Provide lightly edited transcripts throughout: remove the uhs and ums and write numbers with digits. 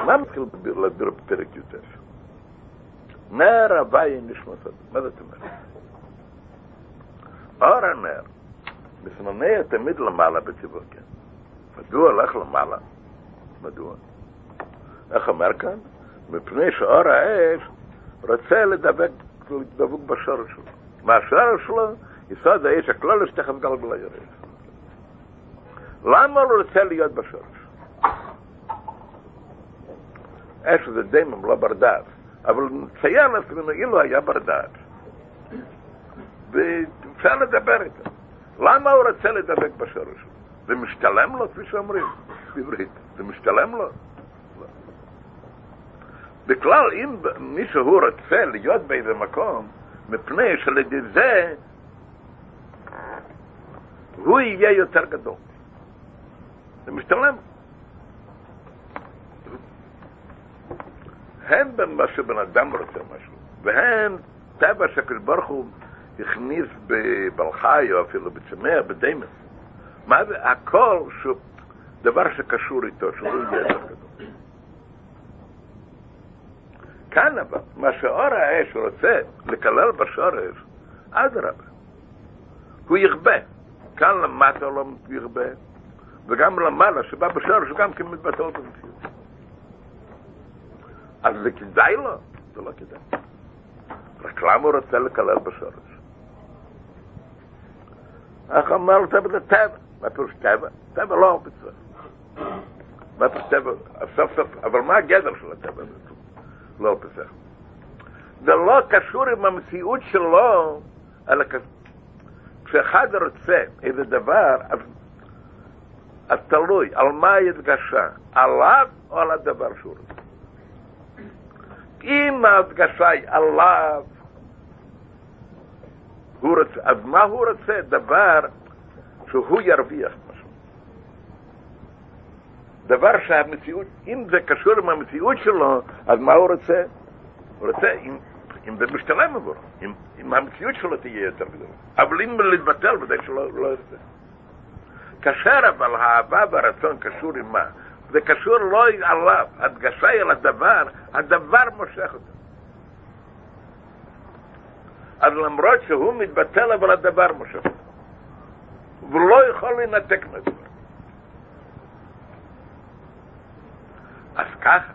מה מתחיל לדבר בפרק יותר? נר הווי נשמת אדם. מה זאת אומרת? אור הנר מסמנה תמיד למעלה בטבעו, כן. מדוע הלך למעלה? מדוע? איך אומר כאן? מפני שאור האש רוצה לדבק בשורש שלו. מה השורש שלו? יסוד האש הכלל שתכף גלגל הירש. למה הוא רוצה להיות בשורש? אש זה דמם, לא ברדעת. אבל נציין אפילו אילו היה ברדעת. ואפשר לדבר איתו. למה הוא רוצה לדבק בשורש שלו? זה משתלם לו, כפי שאומרים בעברית. זה משתלם לו? בכלל, אם מישהו רוצה להיות באיזה מקום, מפני שלדי זה, הוא יהיה יותר גדול. זה משתלם. הן במה שבן אדם רוצה משהו, והן טבע שהקדוש ברוך הוא הכניס בבלחי, או אפילו בצמח, בדמס. מה זה? הכל דבר שקשור איתו, שהוא יהיה יותר גדול. כאן אבל, מה שאור האש רוצה לקלל בשורש, אדרבה. הוא יכבה. כאן למטה הוא לא יכבה, וגם למעלה, שבא בשורש, הוא גם כן מתבטל במציאות. אז זה כדאי לו? זה לא כדאי. רק למה הוא רוצה לקלל בשורש? איך אמר טבע זה טבע. מה פירוש טבע? טבע לא הרבה צריך. מה פירוש טבע? סוף סוף, אבל מה הגדר של הטבע? לא פסח. זה לא קשור עם המציאות שלו, אלא כשאחד רוצה איזה דבר, אז תלוי על מה ההדגשה, עליו או על הדבר שהוא רוצה. אם ההדגשה היא עליו, אז מה הוא רוצה? דבר שהוא ירוויח משהו. דבר שהמציאות, אם זה קשור עם המציאות שלו, אז מה הוא רוצה? הוא רוצה, אם זה משתלם עבור, אם המציאות שלו תהיה יותר גדולה. אבל אם להתבטל, ודאי שלא ירצה. כאשר אבל האהבה והרצון קשור עם מה? זה קשור לא עליו, הדגשה היא על הדבר מושך אותו. אז למרות שהוא מתבטל, אבל הדבר מושך אותו. ולא יכול להינתק מהדבר. אז ככה.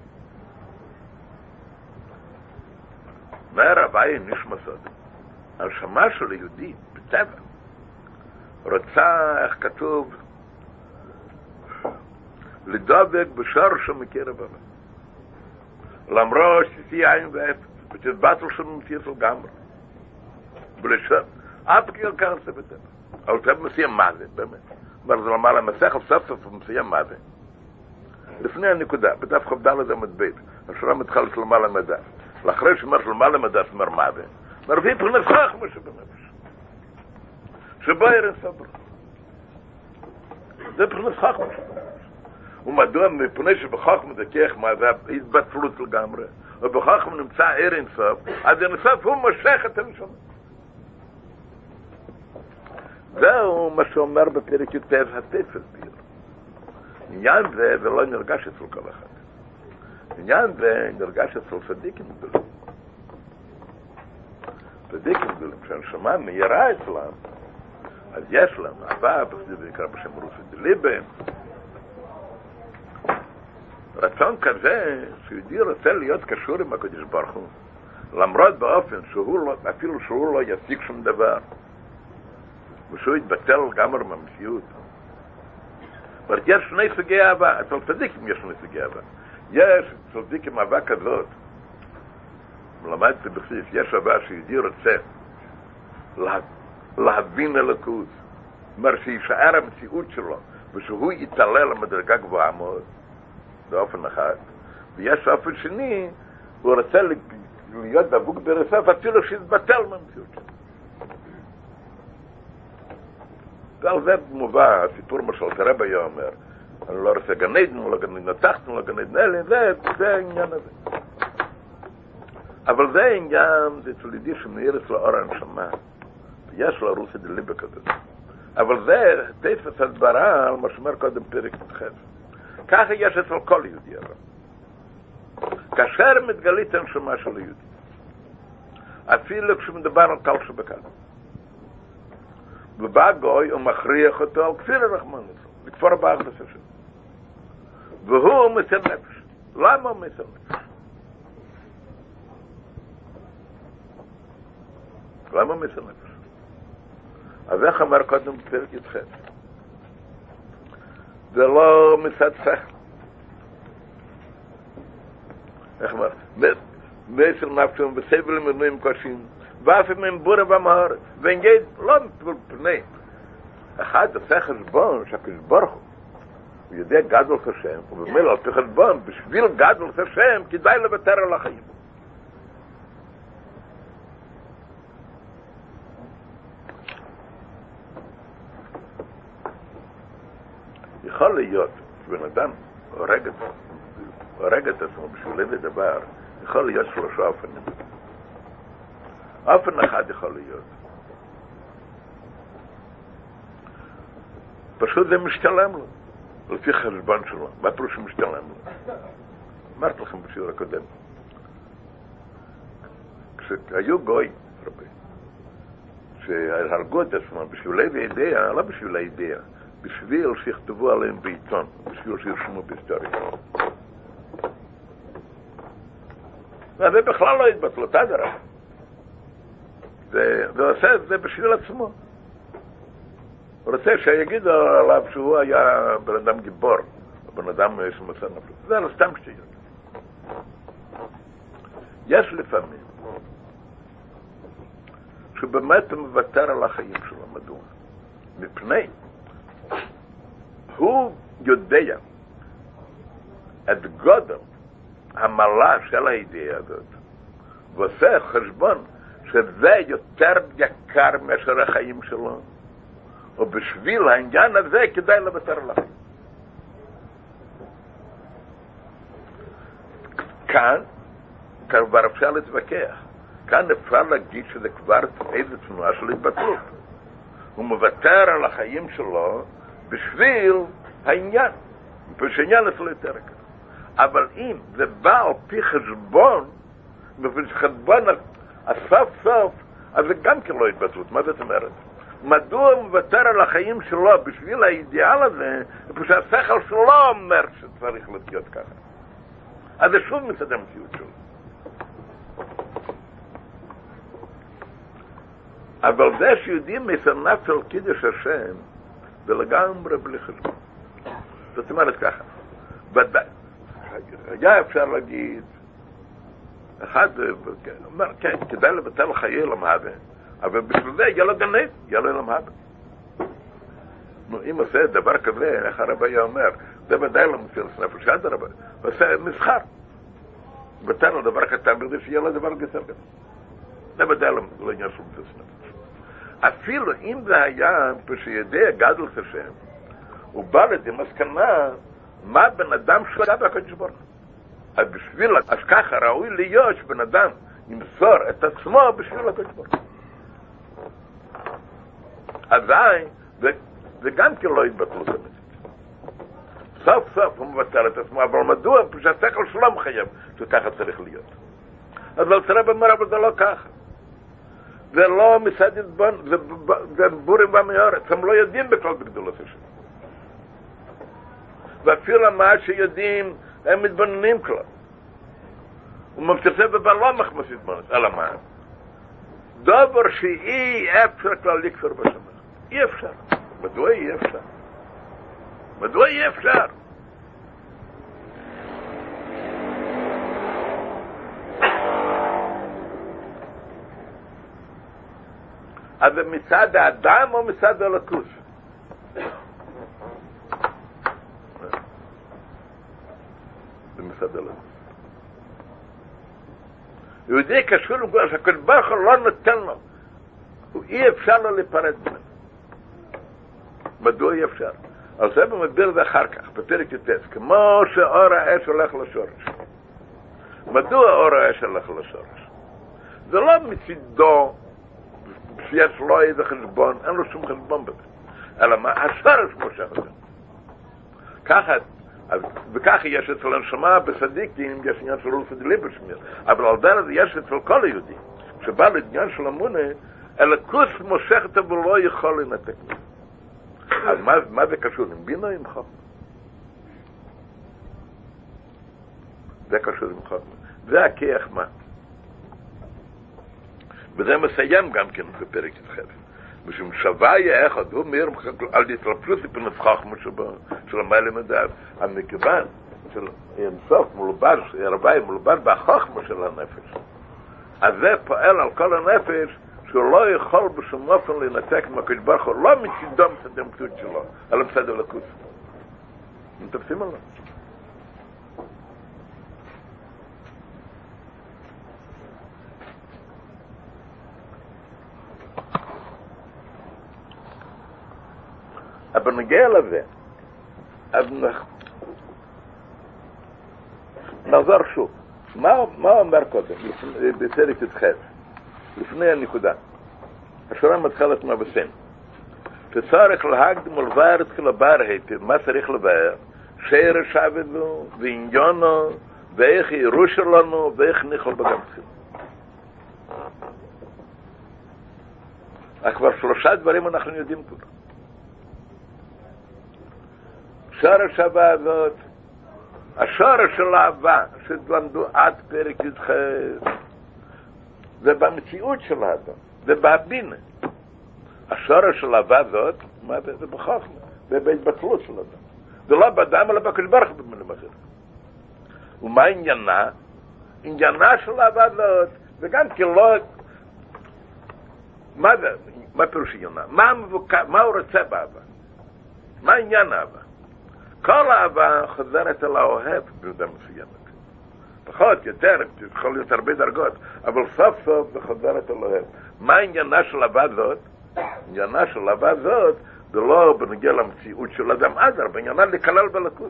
נר הווי נשמת אדם. הנשמה של יהודי, בטבע, רוצה, איך כתוב, לדבק בשורש מקרב אדם. למרות שתהיה עין ואפס, ותתבטל של מציאות לגמרי. ולשם, אף כאילו כאן זה בטבע. אבל טבע מסיים מה זה, באמת. אבל זה למעלה מסך, סוף סוף הוא מסיים מה זה. לפני הנקודה, בדף ח"ד עמוד ב', השורה מתחלת למעלה מדף. לאחרי שאומר שלמעלה מדף, אומר מה זה? אומר ויפר נפשך מה שבנפש. שבא אין סבר. זה פר נפשך מה שבנפש. ומדוע מפני שבכך מדכך מה זה התבטלות לגמרי. ובכך נמצא אין סוף, אז אין סוף הוא מושך את הנשמה. זהו מה שאומר בפרק י"ט התפל ביר. עניין זה לא נרגש אצל כל אחד. עניין זה נרגש אצל צדיקים גדולים. צדיקים גדולים, כשהנשמה מהירה אצלם, אז יש להם אהבה, זה נקרא בשם רוסי דליבה. רצון כזה, שיהודי רוצה להיות קשור עם הקדוש ברוך הוא, למרות באופן שהוא לא, אפילו שהוא לא ישיג שום דבר, ושהוא יתבטל גמר מהמציאות. אבל יש שני סוגי אהבה, אצל צדיקים יש שני סוגי אהבה. יש צדיקים אהבה כזאת, למדתי בכסיס, יש אהבה שיהודי רוצה להבין אלוקות, אומר שישאר המציאות שלו, ושהוא יתעלה למדרגה גבוהה מאוד, באופן אחד. ויש אופן שני, הוא רוצה להיות דבוק ברסף, אפילו שיתבטל מהמציאות שלו. ועל זה מובא הסיפור מה שאלתר רבי היה אומר, אני לא רוצה גן עדן, לא גן עדן התחתון, לא גן עדן אלה, זה העניין הזה. אבל זה העניין, זה אצל יהודי שמאיר אצלו אור הנשמה, ויש לו רוסי דליבה כזאת. אבל זה תפס הסברה על מה שאומר קודם פרק י"ח. ככה יש אצל כל יהודי אבל. כאשר מתגלית הנשמה של היהודי, אפילו כשמדבר על קל שבקל, ובא גוי ומכריח אותו על כפיר הרחמן לצל, לכפור באחדוס השם, והוא מסר נפש. למה הוא מסר נפש? למה הוא מסר נפש? אז איך אמר קודם בפרק י"ח? זה לא מצד שכל. איך אמר? מסר נפשם בסבל מנויים קשים, ואף אם הם בורם במהורת, ונגיד לא פני. אחד עושה חשבון שהקדוש ברוך הוא יודע גדול השם, ובמילא על פי חשבון, בשביל גדול השם, כדאי לוותר על החיים. יכול להיות שבן אדם הורג את עצמו בשביל איזה דבר, יכול להיות שלושה אופנים. אופן אחד יכול להיות. פשוט זה משתלם לו, לפי חשבון שלו. מה פירוש משתלם לו? אמרתי לכם בשיעור הקודם. כשהיו גוי, שהרגו את עצמם בשביל איזה אידאה, לא בשביל האידאה, בשביל שיכתבו עליהם בעיתון, בשביל שירשמו בהיסטוריה. וזה בכלל לא התבטלו, תדרה. ועושה את זה בשביל עצמו. הוא רוצה שיגידו עליו שהוא היה בן אדם גיבור, או בן אדם שמסר נפלו. זה לא סתם שטויות. יש לפעמים שהוא באמת מוותר על החיים שלו. מדוע? מפני הוא יודע את גודל המעלה של הידיעה הזאת, ועושה חשבון שזה יותר יקר מאשר החיים שלו, ובשביל העניין הזה כדאי לוותר על החיים. כאן כבר אפשר להתווכח. כאן אפשר להגיד שזה כבר איזו תנועה של התבטלות. הוא מוותר על החיים שלו בשביל העניין. בשעניין אצלו יותר יקר. אבל אם זה בא על פי חשבון, חשבון הסוף סוף, אז זה גם כן לא התבטלות. מה זאת אומרת? מדוע הוא מוותר על החיים שלו בשביל האידיאל הזה, פשוט השכל שלו אומר שצריך להיות ככה. אז זה שוב מצד המציאות שלו. אבל זה שיודעים מסנף של קידוש השם, זה לגמרי בלי חשבון. זאת אומרת ככה, ודאי, היה אפשר להגיד, אחד אומר, כן, כדאי לבטל חיי עולם הבא, אבל בשביל זה יהיה לו גנב, יהיה לו עולם הבא. אם עושה דבר כזה, איך הרב היה אומר, זה ודאי לא מציל נפש, עד הרב, עושה מסחר. בטל לו דבר קטן, בגלל שיהיה לו דבר גדול גדול. זה ודאי לא עניין של מציל נפש. אפילו אם זה היה שיודע גדול השם, הוא בא לידי מסקנה מה בן אדם שגע בקדוש ברוך הוא. אז בשביל, אז ככה ראוי להיות שבן אדם ימסור את עצמו בשביל הקדוש ברוך הוא. אזי, זה גם כן לא התבטלות אמיתית. סוף סוף הוא מבטל את עצמו, אבל מדוע? שהשכל שלו מחייב שככה צריך להיות. אז לא צריך במראה, אבל זה לא ככה. זה לא מצד ידבון, זה בורים במאורץ, הם לא יודעים בכלל בגדולות השם. ואפילו מה שיודעים, הם מתבוננים כלל. הוא מבטסה בבלומך מסתבונת, אלא מה? דבר שאי אפשר כלל לכפר בשמח. אי אפשר. מדוע אי אפשר? מדוע אי אפשר? אז זה מצד האדם או מצד הלכוס? זה מצד הלכוס. יהודי קשור לגלל שהקדוש ברוך הוא לא נותן לו. אי אפשר לו להיפרד ממנו. מדוע אי אפשר? על זה במדבר זה אחר כך, בפרק י"ט, כמו שאור האש הולך לשורש. מדוע אור האש הולך לשורש? זה לא מצידו שיש לו איזה חשבון, אין לו שום חשבון בזה. אלא מה? השורש מושך את זה. ככה וכך יש אצל הנשמה בסדיקים, יש עניין של רולף דליבר שמיר, אבל על דרך זה יש אצל כל היהודים, כשבא לעניין של אמונה, אלוקות מושכת ולא יכול לנתק. אז מה זה קשור? עם בינה או עם חוכמה? זה קשור עם חוכמה. זה הכיח מה. וזה מסיים גם כן בפרק י"ח. משום שווה יהיה אחד, הוא מאיר על התלבשות לפנות חוכמה של המעלה מדעת. המכיוון של אינסוף מולבד, רבי מולבד בחוכמה של הנפש. אז זה פועל על כל הנפש, שהוא לא יכול בשום אופן לנתק מהקדוש ברוך הוא, לא מצידו מצד המציאות שלו, אלא מצד הלוקות. אתם תופסים עליו? אבל נגיע לזה, אז נחזור שוב. מה אומר קודם, בפרק י"ח, לפני הנקודה? השורה מתחילת מהבסן. שצריך להקדים ולבאר את כל הבאר היטב, מה צריך לבאר? שרש עבדו, ועניונו, ואיך ירוש לנו, ואיך ניחול בגם תחיל. כבר 3 דברים אנחנו יודעים כבר. שורש האהבה הזאת, השורש של האהבה שתלמדו עד פרק י"ח, זה במציאות של האדם, זה בהבינה. השורש של האהבה הזאת, זה בחוכמה, זה בהתבטלות של האדם. זה לא באדם אלא בקדוש ברוך הוא במילים אחרות. ומה עניינה? עניינה של האהבה הזאת, וגם כי לא... מה פירוש עניינה? מה הוא רוצה באהבה? מה עניין האהבה? כל האהבה חוזרת אל האוהב במידה מסוימת. פחות, יותר, יכול להיות הרבה דרגות, אבל סוף סוף זה חוזרת אל האוהב. מה עניינה של האהבה הזאת? עניינה של האהבה הזאת זה לא בנגיע למציאות של אדם עזר, בעניינה לכלל בלכות.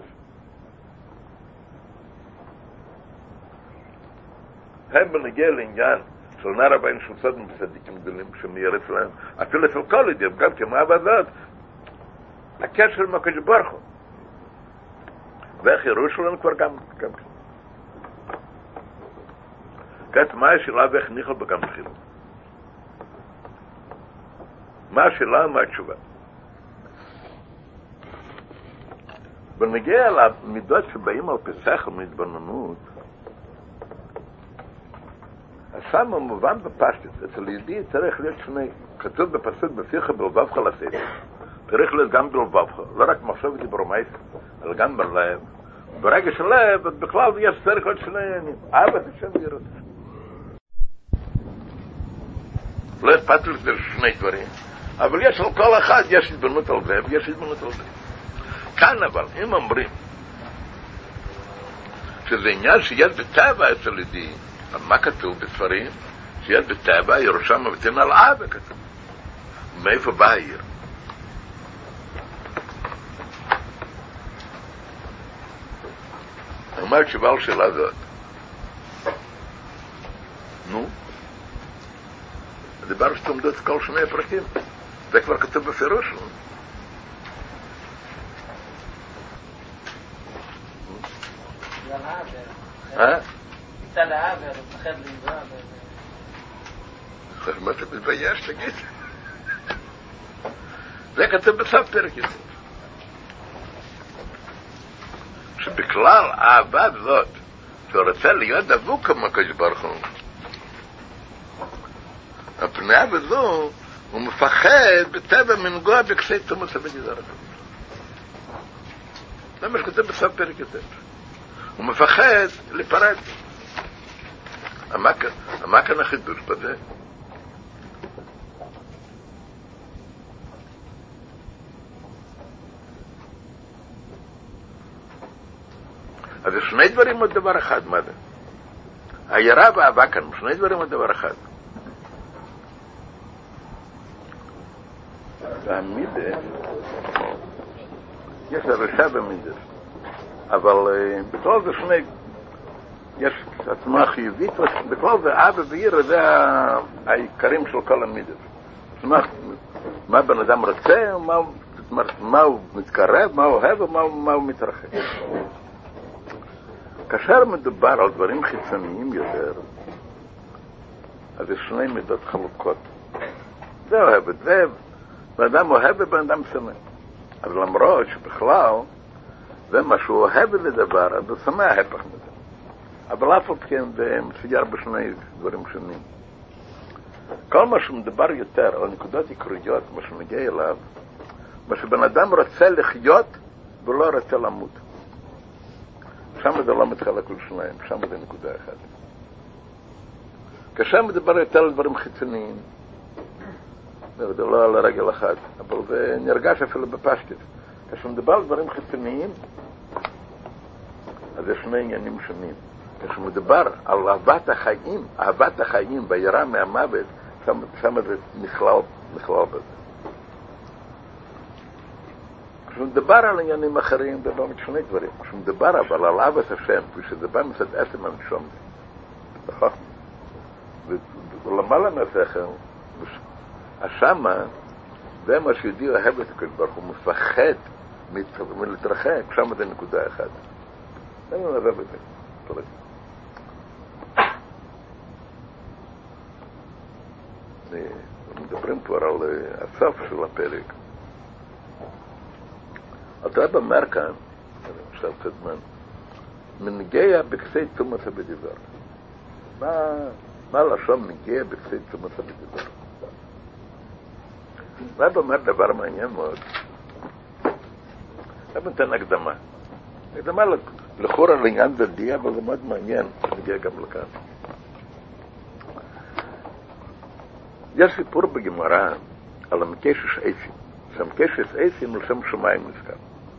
הם בנגיע לעניין של נער הבאים של סודם בסדיקים גדולים שמיירץ להם, אפילו אצל כל ידיהם, גם כמו האהבה הזאת, הקשר עם הקדוש ברוך הוא. ואיך ירוש לנו כבר גם כן. כעת, מה השאלה ואיך ניחל בגם תחילה? מה השאלה ומה התשובה? בנגיע למידות שבאים על פסח ומתבוננות, השם מובן בפשטות. אצל יהודי צריך להיות שני, כתוב בפסוק בפיך בלבבך לסדר. צריך להיות גם בלבבך, לא רק מחשב דיברומייס, אלא גם בלב. ברגע של לב, בכלל יש צריך להיות שני עניינים. אהבה זה שם יראת. לא אכפת לי שני דברים, אבל יש על כל אחד, יש התבוננות על זה, ויש התבוננות על זה. כאן אבל, אם אומרים שזה עניין שיש בטבע אצל יהודי, מה כתוב בספרים? שיש בטבע ירושם מבטאים על אהבה כתוב. מאיפה בא העיר? מה התשובה על שאלה זאת? נו? הדבר שתעמדו את כל שני הפרקים. זה כבר כתוב בפירוש. מצד העבר, הוא מפחד לנברא. מה אתה מתבייש, תגיד? זה כתוב בסוף פרק י"ח. שבכלל האהבה הזאת, שהוא רוצה להיות דבוק כמו הקדוש ברוך הוא, הפנייה בזו, הוא מפחד בטבע מנגוע בקצה תומוס הבגזר. זה מה שכתוב בסוף פרק י"ח. הוא מפחד לפרד. מה כאן החידוש בזה? אז יש שני דברים עוד דבר אחד, מה זה? היראה והאהבה כאן, שני דברים עוד דבר אחד. והמידה, יש הרשע במידה, אבל בכלל זה שני, יש עצמה חיובית, בכלל זה אהבה ויראה, זה העיקרים של כל המידה. מה בן אדם רוצה, אומרת, מה הוא מתקרב, מה הוא אוהב ומה הוא מתרחק. כאשר מדובר על דברים חיצוניים יותר, אז יש שני מידות חלוקות. זה אוהב את זה, בן אדם אוהב ובן אדם שונא. אבל למרות שבכלל, זה מה שהוא אוהב את הדבר, אז הוא שונא ההפך מזה. אבל אף עוד כן, זה מסודר בשני דברים שונים. כל מה שמדבר יותר על נקודות עיקריות, מה שמגיע אליו, מה שבן אדם רוצה לחיות ולא רוצה למות. שם זה לא מתחלק לשניים, שם זה נקודה אחת. כאשר מדבר יותר על דברים חיצוניים, זה לא על הרגל אחד, אבל זה נרגש אפילו בפשטות. כאשר מדבר על דברים חיצוניים, אז יש שני עניינים שונים. כאשר מדבר על אהבת החיים ויראה מהמוות, שם זה נכלל בזה. כשמדבר על עניינים אחרים, זה לא שני דברים. כשמדבר אבל על אהבת השם, כשזה בא מצד עצם הנשום, נכון? ולמעלה מהשכל, השמה, זה מה שיהודי אוהב את הקדוש ברוך הוא, מפחד מלהתרחק, שם זה נקודה אחת. אני אוהב את זה. תודה. מדברים כבר על הסוף של הפרק. אתה אומר כאן, עכשיו קצת זמן, מנגיע בכסי תומס הבדיבר. מה לשון מנגיע בכסי תומס הבדיבר? רב אומר דבר מעניין מאוד. רב נותן הקדמה. הקדמה לכאורה לעניין דדי, אבל זה מאוד מעניין, נגיע גם לכאן. יש סיפור בגמרא על המקשש עצים. שהמקשש עצים לשם שמיים נזכר.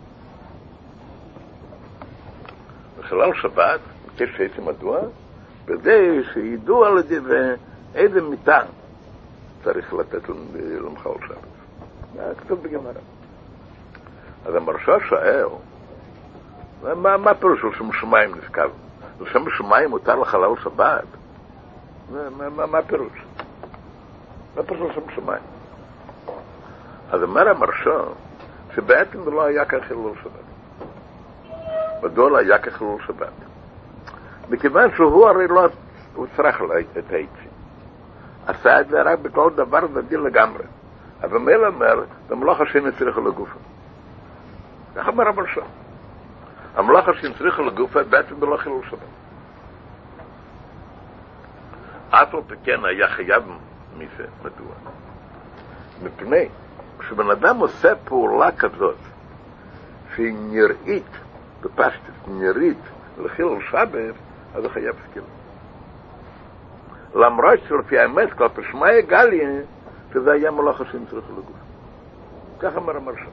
בחלל שבת, מקשש עצים מדוע? כדי שידעו על ידי ואיזה מיטה צריך לתת למחל שבת. זה כתוב בגמרא. אז המרשה שואל, מה פירוש לשם שמיים נזכר? לשם שמיים מותר לחלל שבת? מה פירוש? מה פירוש לשם שמיים? אז אומר המרשה שבעצם לא היה כחילול שבת. מדוע לא היה כחילול שבת? מכיוון שהוא הרי לא צריך את העצים. עשה את זה רק בכל דבר דדי לגמרי. אבל מילה אומר, המלאכה שנצריכה לגופה. כך אומר המרשה. המלאכה שנצריכה לגופה בעצם בלא חילול שבת. אף על פי כן היה חייב מזה. מדוע? מפני כשבן אדם עושה פעולה כזאת שהיא נראית בפשטות, נראית לחילול שבת, אז הוא חייב סקילה. למרות שלפי האמת כלפי שמאי גליה שזה היה מלאכה שנצריכה לגוף. כך אמר המרשה.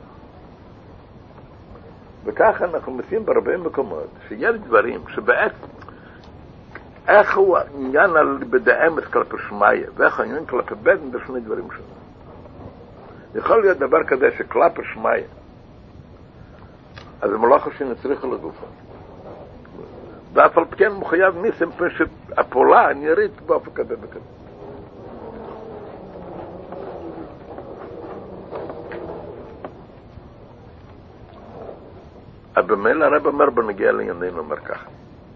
וכך אנחנו מציעים בהרבה מקומות שיש דברים שבעצם איך הוא העניין על בדאמת כלפי שמאי ואיך העניין כלפי בדן, זה שני דברים שונים. יכול להיות דבר כזה שכלפי שמאי אז מלאכה שנצריכה לגופה. ואף על כן מחויב מיסם שהפעולה נראית באופן כזה וכזה. אבל במילא הרב אומר בנגיע לענייננו אומר ככה.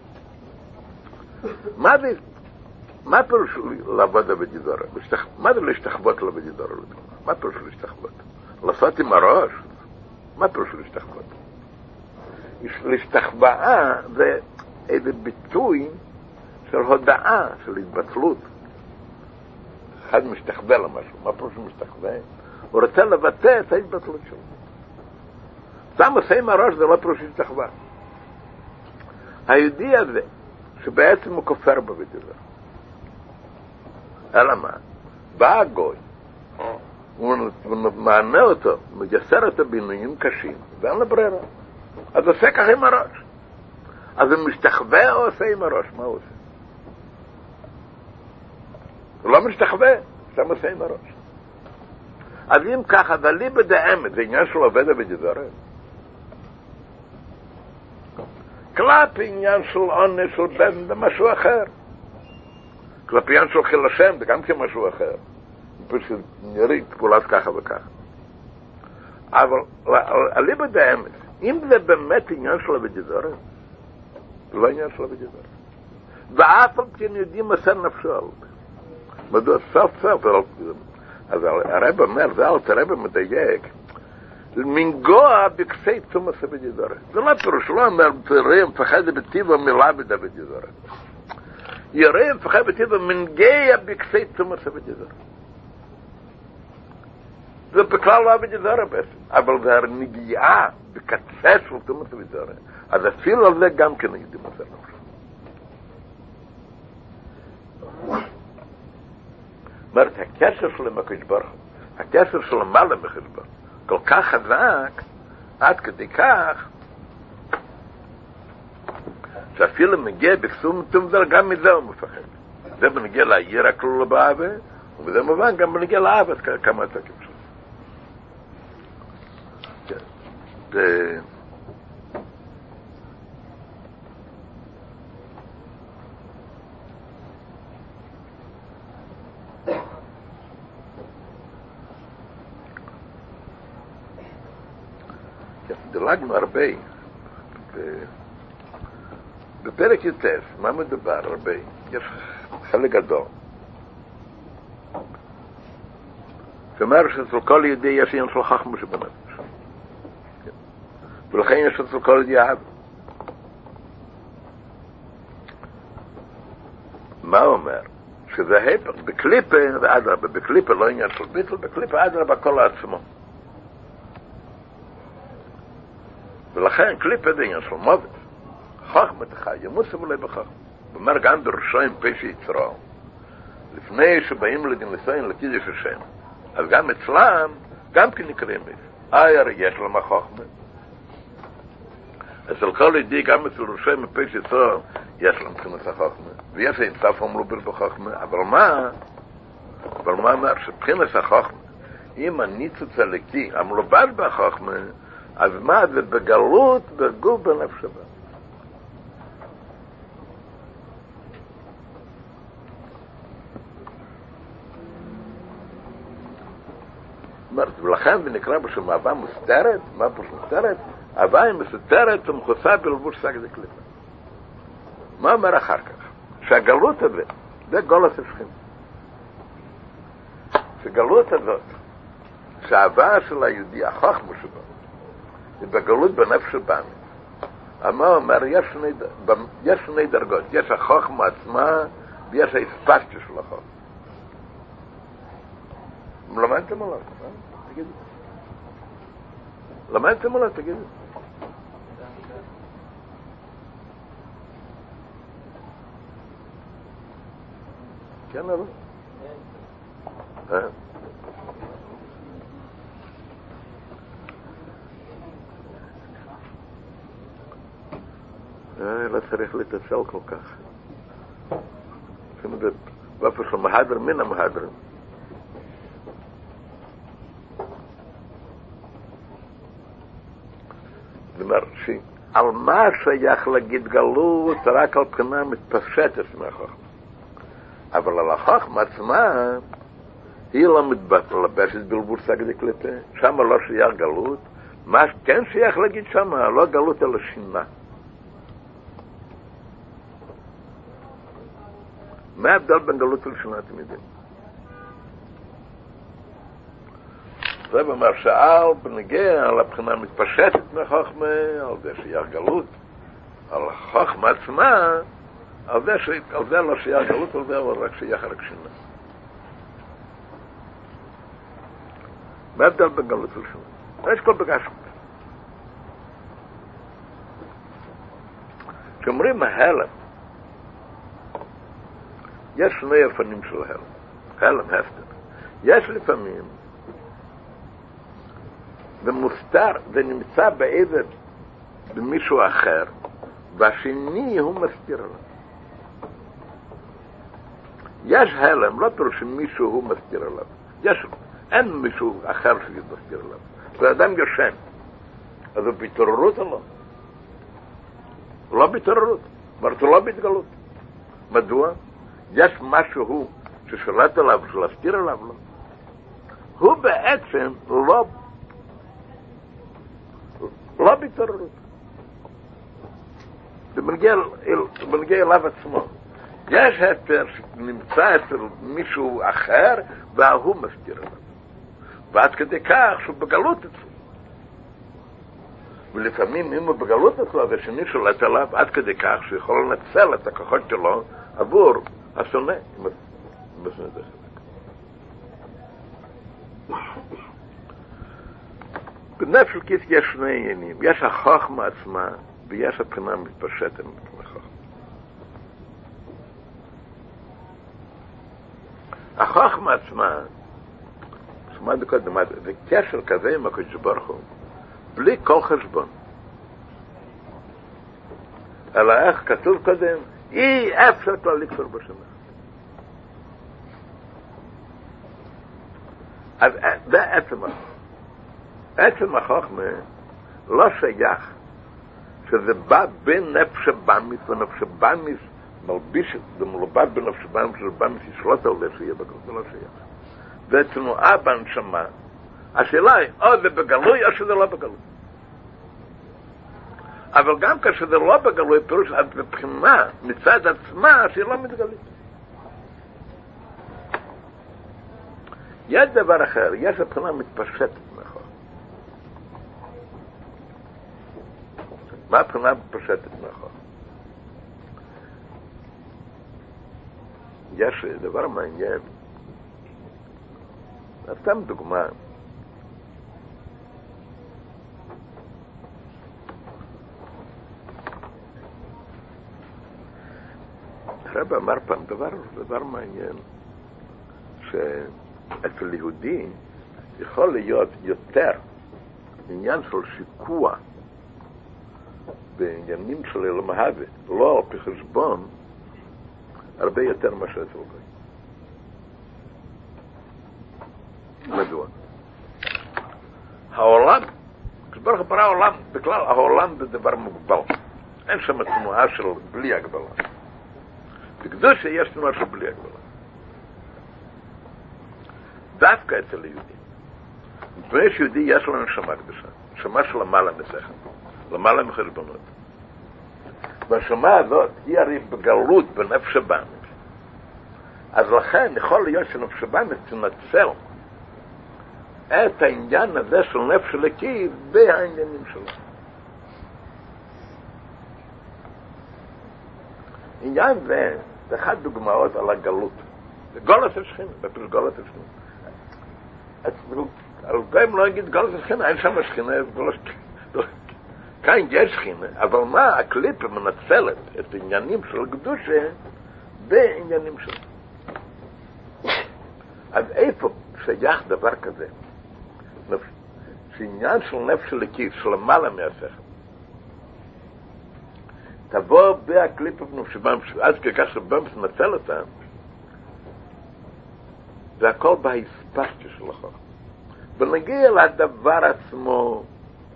מה פירוש לעבוד בדידור? מה זה להשתחוות בדידור? מה פירוש להשתחוות? לעשות עם הראש? מה פירוש להשתחוות? להשתחוואה זה איזה ביטוי של הודעה, של התבטלות. אחד משתחווה למשהו. מה פירוש משתחווה? הוא רוצה לבטא את ההתבטלות שלו. סתם עושה עם הראש זה לא פירוש להשתחווה. היהודי הזה שבעצם הוא כופר בבידור. אלא מה? בא הגוי, הוא מענה אותו, מגסר אותו בעינויים קשים, ואין לו ברירה. אז עושה כך עם הראש. אז הוא משתחווה או עושה עם הראש? מה הוא עושה? הוא לא משתחווה, סתם עושה עם הראש. אז אם ככה, אבל בדאמת, זה עניין של עובד בדידור. כלפי עניין של עונש, של בן, זה משהו אחר. כלפי עניין של חיל השם, זה גם כמשהו אחר. פשוט נראית פעולת ככה וככה. אבל אליבא דאמס, אם זה באמת עניין של אבדידורת, זה לא עניין של אבדידורת. ואף על כן יודעים מסר נפשו על זה. מדוע סוף סוף, אז הרב אומר, זה הרב מדייק, מנגוע בקסי תומס אבדידורת. זה לא פירוש, לא אומר, תראה, מפחד בטיבו מלאבד אבדידורת. יראה, מפחד בטיבו מנגע בקסי תומס אבדידורת. זה בכלל לא אבדידורת בעצם, אבל זה נגיעה בקצה של תומס אבדידורת. אז אפילו על זה גם כן יודעים מסר נפשו. אומרת, הקשר של הקדוש ברוך הוא, הקשר של המעלה מהקדוש ברוך הוא, כל כך חזק, עד כדי כך, שאפילו מגיע בקסום תומזר, גם מזה הוא מפחד. זה בנגיע לעיר הכלול באהבה, ובזה מובן גם בנגיע לאהבה, כמה אתה כמשל. דילגנו הרבה בפרק יותר, מה מדובר הרבה? יש חלק גדול שאומר שאצל כל יהודי יש עניין של חכמה שבנפש, ולכן יש אצל כל יהודי אהבה. מה הוא אומר? שזה ההפך, בקליפה ואדרבה, בקליפה לא עניין של ביטל, בקליפה אדרבה כל העצמו. ולכן קליפה זה עניין של מוות. חכמה תחי, ימוס אולי בחכמה. אומר גם דרשיים פשע יצרו. לפני שבאים לדין לסוין לקידוש השם. אז גם אצלם, גם כן נקראים אייר יש להם החכמה. אצל כל ידי, גם אצל דרשיים פשע יצרו, יש להם מבחינת החכמה. ויש אינסף אמרו בחכמה. אבל מה אומר? שבחינת החכמה, אם הניצוץ הלקי, המלובד בחכמה, אז מה זה בגלות, בגוף בנפש הבא. ולכן זה נקרא בשביל אהבה מוסתרת, מה פה מוסתרת? אהבה היא מסותרת ומכוסה בלבוש שק דקליפה. מה אומר אחר כך? שהגלות הזה, זה גולת השכין. שהגלות הזאת, שהאהבה של היהודי, החכמה שבו, בגלות בנפש הבאנו. מה אומר? יש שני דרגות. יש החוכמה עצמה ויש האספקציה של החוכמה. למדתם עליו? תגידו. למדתם עליו? תגידו. כן, אבל? לא צריך להתעצל כל כך. זה באופן של מהדר מן המהדרים. זאת אומרת שעל מה שייך להגיד גלות רק על בחינה מתפשטת מהחוכמה. אבל על החוכמה עצמה היא לא מתלבשת בלבוש שק דקליפה. שם לא שייך גלות. מה כן שייך להגיד שם? לא גלות אלא שינה. מה ההבדל בין גלות לשינה אתם יודעים? זה אומר שעל בנגיע על הבחינה מתפשטת מהחוכמה, על זה שייך גלות, על החוכמה עצמה, על זה לא שייך גלות, על זה אבל רק שייך רק שינה. מה ההבדל בין גלות לשינה? יש כל בגשת. כשאומרים ההלם, יש שני אופנים של הלם הפטר. יש לפעמים, זה מוסתר, זה נמצא במישהו אחר, והשני הוא מסתיר עליו. יש הלם, לא פירוש שמישהו הוא מסתיר עליו. אין מישהו אחר שמסתיר עליו. זה אדם ישן. אז הוא בהתעוררות או לא? הוא לא בהתעוררות. אומרת, הוא לא בהתגלות. מדוע? יש משהו ששולט עליו, שלהסתיר עליו, לא. הוא בעצם לא לא בהתעוררות. זה מנגיע אליו עצמו. יש היתר שנמצא אצל מישהו אחר, והוא מסתיר עליו. ועד כדי כך שהוא בגלות אצלו. ולפעמים אם הוא בגלות אצלו, והשני שולט עליו, עד כדי כך שהוא יכול לנצל את הכוחות שלו עבור השונא. בנפש אלוקית יש שני עניינים. יש החוכמה עצמה, ויש הבחינה מתפשטת מהחוכמה. החוכמה עצמה, שמענו קודם, זה קשר כזה עם הקדוש ברוך הוא, בלי כל חשבון. אלא איך כתוב קודם, אי אפשר לא לכפר בשנה. אז זה עצם החוכמה. עצם החוכמה לא שייך שזה בא בין נפש הבאמיס ונפש הבאמיס מלביש, זה מלובד בנפש הבאמיס שבאמיס ישלוט על זה שיהיה בגלות, זה לא שייך. זה תנועה בנשמה. השאלה היא, או זה בגלוי או שזה לא בגלוי. אבל גם כשזה לא בגלוי, פירוש עד מבחינה מצד עצמה שהיא לא מתגלית. יש דבר אחר, יש הבחינה מתפשטת מאחור. מה הבחינה מתפשטת מאחור? יש דבר מעניין. סתם דוגמה. הרב אמר פעם דבר מעניין, שאצל יהודי יכול להיות יותר עניין של שיקוע בעניינים של אלמהווה, לא על פי חשבון, הרבה יותר מה שאצל גוי. מדוע? העולם, כשברוך ברא העולם, בכלל העולם זה דבר מוגבל. אין שם תנועה של בלי הגבלה. בקדושה יש תנועה של בלי הגבלה. דווקא אצל היהודים. מפני שיהודי יש לו נשמה קדושה. נשמה של למעלה משכל. למעלה מחשבונות. והנשמה הזאת היא הרי בגלות בנפש הבאמיס. אז לכן יכול להיות שנפש הבאמיס תנצל את העניין הזה של נפש אלוקי והעניינים שלו. עניין זה אחת דוגמאות על הגלות. גולת השכינה, בפירוש גולת השכינה. על גויים לא יגיד גולת השכינה, אין שם השכינה, כאן יש שכינה, אבל מה, הקליפה מנצלת את העניינים של קדושה בעניינים שלו. אז איפה שייך דבר כזה? שעניין של נפש אלוקי, של למעלה מהשכל, תבוא בהקליפה בנפש הבאמיס, אז כך שבאמיס מנצל אותה, זה הכל בהספשטיות של החוכמה. ונגיע לדבר עצמו,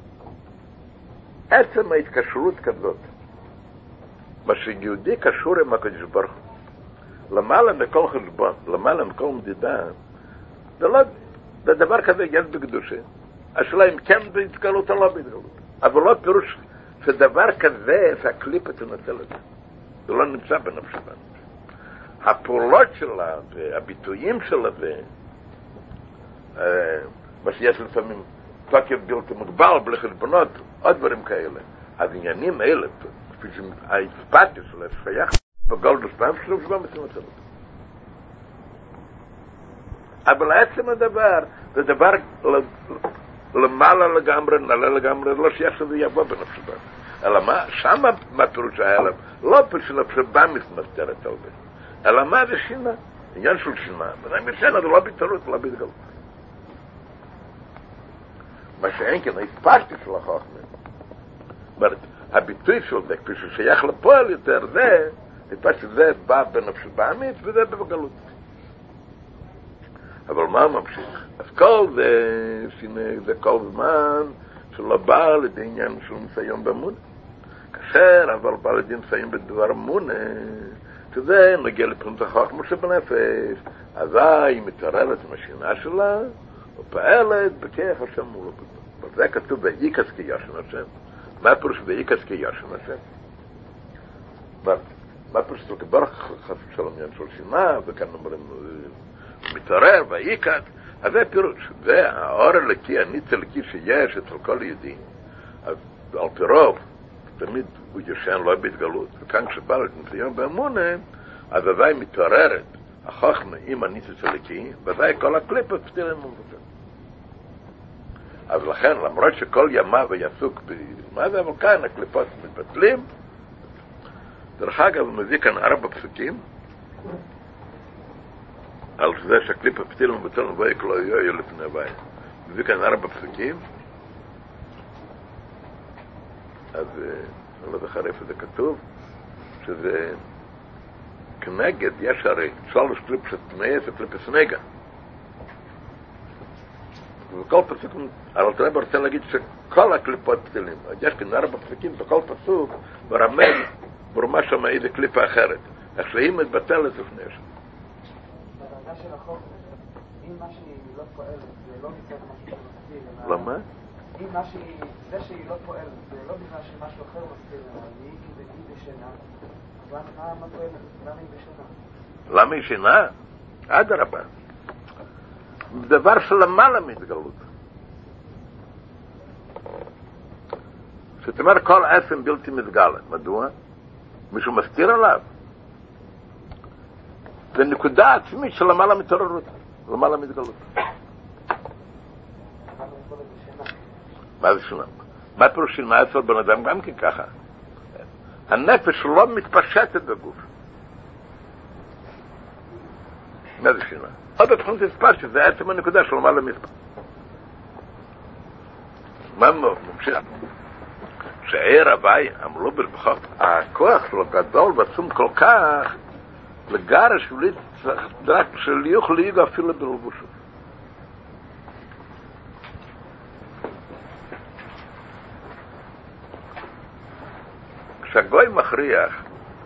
עצם ההתקשרות כזאת, מה שיהודי קשור עם הקדוש ברוך הוא, למעלה מכל חשבון, למעלה מכל מדידה, זה דבר כזה יש בקדושה. השאלה אם כן בהתגלות או לא בהתגלות. אבל לא פירוש שדבר כזה, שהקליפה תנצל את זה. זה לא נמצא בנפש הבאמיס. הפעולות שלה והביטויים שלה מה שיש לפעמים תוקף בלתי מוגבל בלי חשבונות, עוד דברים כאלה. אז עניינים האלה, כפי שהאספתיה שלה שייך בגולדוס פעם שלו שבא מצמצל אותה. אבל עצם הדבר, זה דבר למעלה לגמרי, נעלה לגמרי, לא שייך שזה יבוא בנפש הבאמיס. אלא מה? שמה מה פירוש ההלם? לא פירוש נפש הבאמיס מסתרת על זה. אלא מה זה שינה? עניין של שינה. בניים ישנה זה לא בהתעוררות, לא בהתגלות. מה שאין כן, ההספשטות של החוכמה. אומרת, הביטוי של זה, כפי ששייך לפועל יותר, זה, ההספשטות זה בא בנפש הבאמיס וזה בגלות. אבל מה ממשיך? אז כל זה, שינה, זה כל זמן שלא בא לידי עניין של ניסיון באמונה. כאשר, אבל בא לידי ניסיון בדבר אמונה, שזה נגיע לבחינת החוכמה שבנפש, אז היא מתעוררת עם השינה שלה, ופעלת בכיח השם מול הפתוח. אבל זה כתוב באיקס כיושן השם. מה פירוש באיקס כיושן השם? מה פירוש של כברך חס ושלום עניין של שינה, וכאן אומרים מתעורר באיקס, אז זה פירוש. זה האור הלקי, הניץ הלקי שיש אצל כל יהודי. אז על פירוב, תמיד הוא ישן לא בהתגלות, וכאן כשבא לניסיון באמונה, אז אזי מתעוררת החוכמה עם הניץ הלקי, ואזי כל הקליפות פתירים ומבטל. אז לכן, למרות שכל ימיו יעסוק במה זה, אבל כאן הקליפות מתבטלים. דרך אגב, הוא מביא כאן 4 פסוקים, על זה שהקליפה פתיל ומבטל מבואי כלא יהיו לפני הבית. הוא מביא כאן 4 פסוקים, אז אני לא זוכר איפה זה כתוב, שזה כנגד, יש הרי 3 קליפות תנאי, זה קליפות נגע. וכל פסוק, אבל תראה רוצה להגיד שכל הקליפות פתילים. יש כאן 4 פסוקים, בכל פסוק ברמז ברמה שם איזה קליפה אחרת. איך שהיא מתבטלת לפני השם. בדרגה של החוק, אם מה שהיא לא פועלת, זה לא מצד משהו שמסתיר. למה? אם זה שהיא לא פועלת, זה לא בגלל שמשהו אחר מסתיר, והיא בשינה, אז מה פועלת? למה היא בשינה? למה היא שינה? אדרבה. דבר שלמעלה מתגלות. זאת אומרת, כל עצם בלתי מתגלה. מדוע? מישהו מסתיר עליו. זה נקודה עצמית שלמעלה מתעוררות, למעלה מתגלות. מה זה שינה? מה פירוש שינה אצל בן אדם גם כן ככה? הנפש לא מתפשטת בגוף. מה זה שינה? עוד התחום תספר שזה עצם הנקודה של למעלה מתפשטת. מה ממשיך? שעיר הווי, אמרו בלבחוק, הכוח שלו גדול ועצום כל כך, לגרש רק שליוך ליגו אפילו בלבושו. כשהגוי מכריח,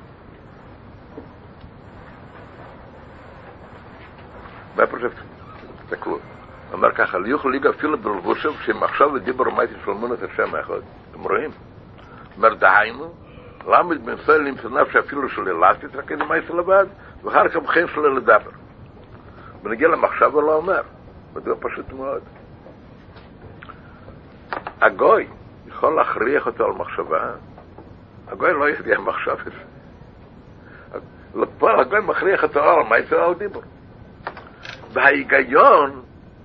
מה פשוט? תסתכלו. אומר ככה, ליוך ליגו אפילו בלבושו, שמחשב ודיבר ומייתי שלמון את השם האחד. אתם רואים? אומר דהיינו, למה בנפסל למצוא נפש אפילו של אלסטית, רק אין מייסה לבד, ואחר כך בחיים שלו לדבר. ונגיע למחשב ולא אומר, מדוע פשוט מאוד. הגוי יכול להכריח אותו על מחשבה, הגוי לא יסגע מחשב את זה. לפועל הגוי מכריח אותו על מייסה על דיבור. וההיגיון,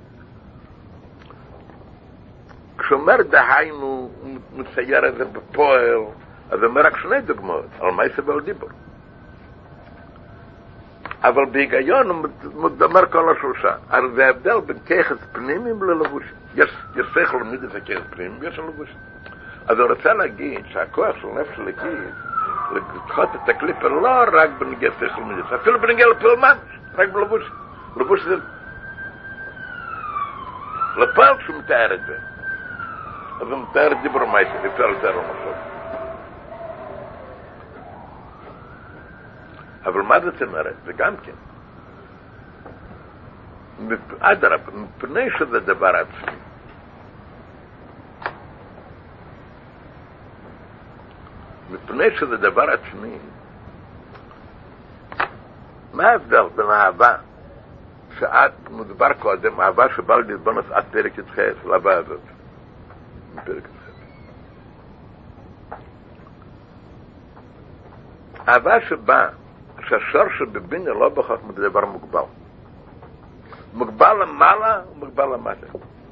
כשאומר דהיינו, הוא מצייר את זה בפועל, אז הוא אומר רק 2 דוגמאות, על מייסה ועל דיבור. אבל בהיגיון הוא אומר כל השלושה. אז זה ההבדל בין כיחס פנימיים ללבוש. יש שכל למיד את הכיחס פנימיים, ויש לבוש. אז הוא רוצה להגיד שהכוח של נפש לקית, לדחות את הקליפה לא רק בנגיע שכל למיד, אפילו בנגיע לפעולמן, רק בלבוש. לבוש זה לפעול כשהוא מתאר את זה. אז הוא מתאר את דיבור מייסה, אפשר לתאר למחשב. אבל מה זאת אומרת? זה גם כן. אדרבה, מפני שזה דבר עצמי. מפני שזה דבר עצמי, מה ההבדל בין האהבה שאת מדובר קודם, האהבה שבא להתבונן עד פרק י"ח, לאהבה הזאת. פרק י"ח. אהבה שבא שהשור שבבינה לא בכך מדבר מוגבל. מוגבל למעלה ומוגבל למטה.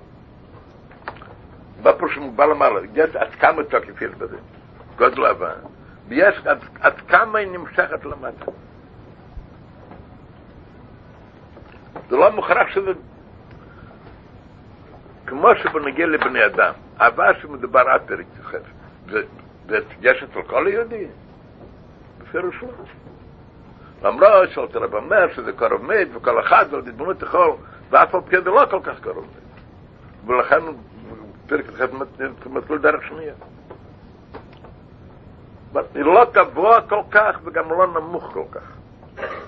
מה פירוש מוגבל למעלה? יש עד כמה תוקף יש בזה. גודל אהבה. ויש עד כמה היא נמשכת למטה. זה לא מוכרח שזה כמו שבנגיע לבני אדם. אהבה שמדבר עד פרק י"ח. יש אצל כל יהודי. בפירוש לא. למרות שאלת רב אומר שזה קרוב מת וכל אחד ועל התבוננות יכול, ואף על פי זה לא כל כך קרוב מת. ולכן פרק אחד מתחיל דרך שנייה. היא לא גבוה כל כך וגם לא נמוך כל כך.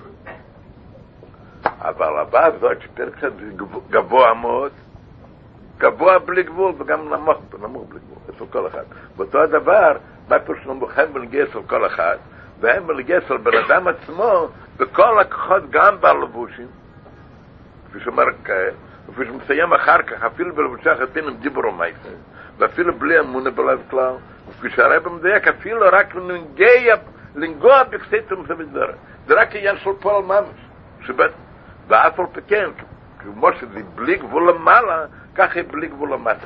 אבל הבא זאת שפרק אחד גבוה מאוד, גבוה בלי גבול וגם נמוך בלי גבול, אצל כל אחד. באותו הדבר, מה פירוש הם בנגיע אצל כל אחד, והם בנגיע אצל בן אדם עצמו, בכל הכוחות גם בלבושים, כפי שאומר כעת, וכפי שמסיים אחר כך, אפילו בלבושי החטאים עם דיבור ומייסר, ואפילו בלי אמונה בלב כלל, וכפי שהרב מדייק, אפילו רק לנגוע בקסטום זה בדרך. זה רק עניין של פועל ממש, שבאת, ואף על פי כמו שזה בלי גבול למעלה, כך היא בלי גבול למטה.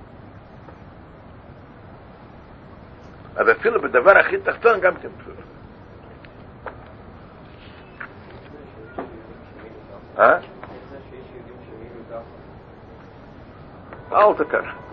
אז אפילו בדבר הכי תחתון גם כן פשוט. אל תקש.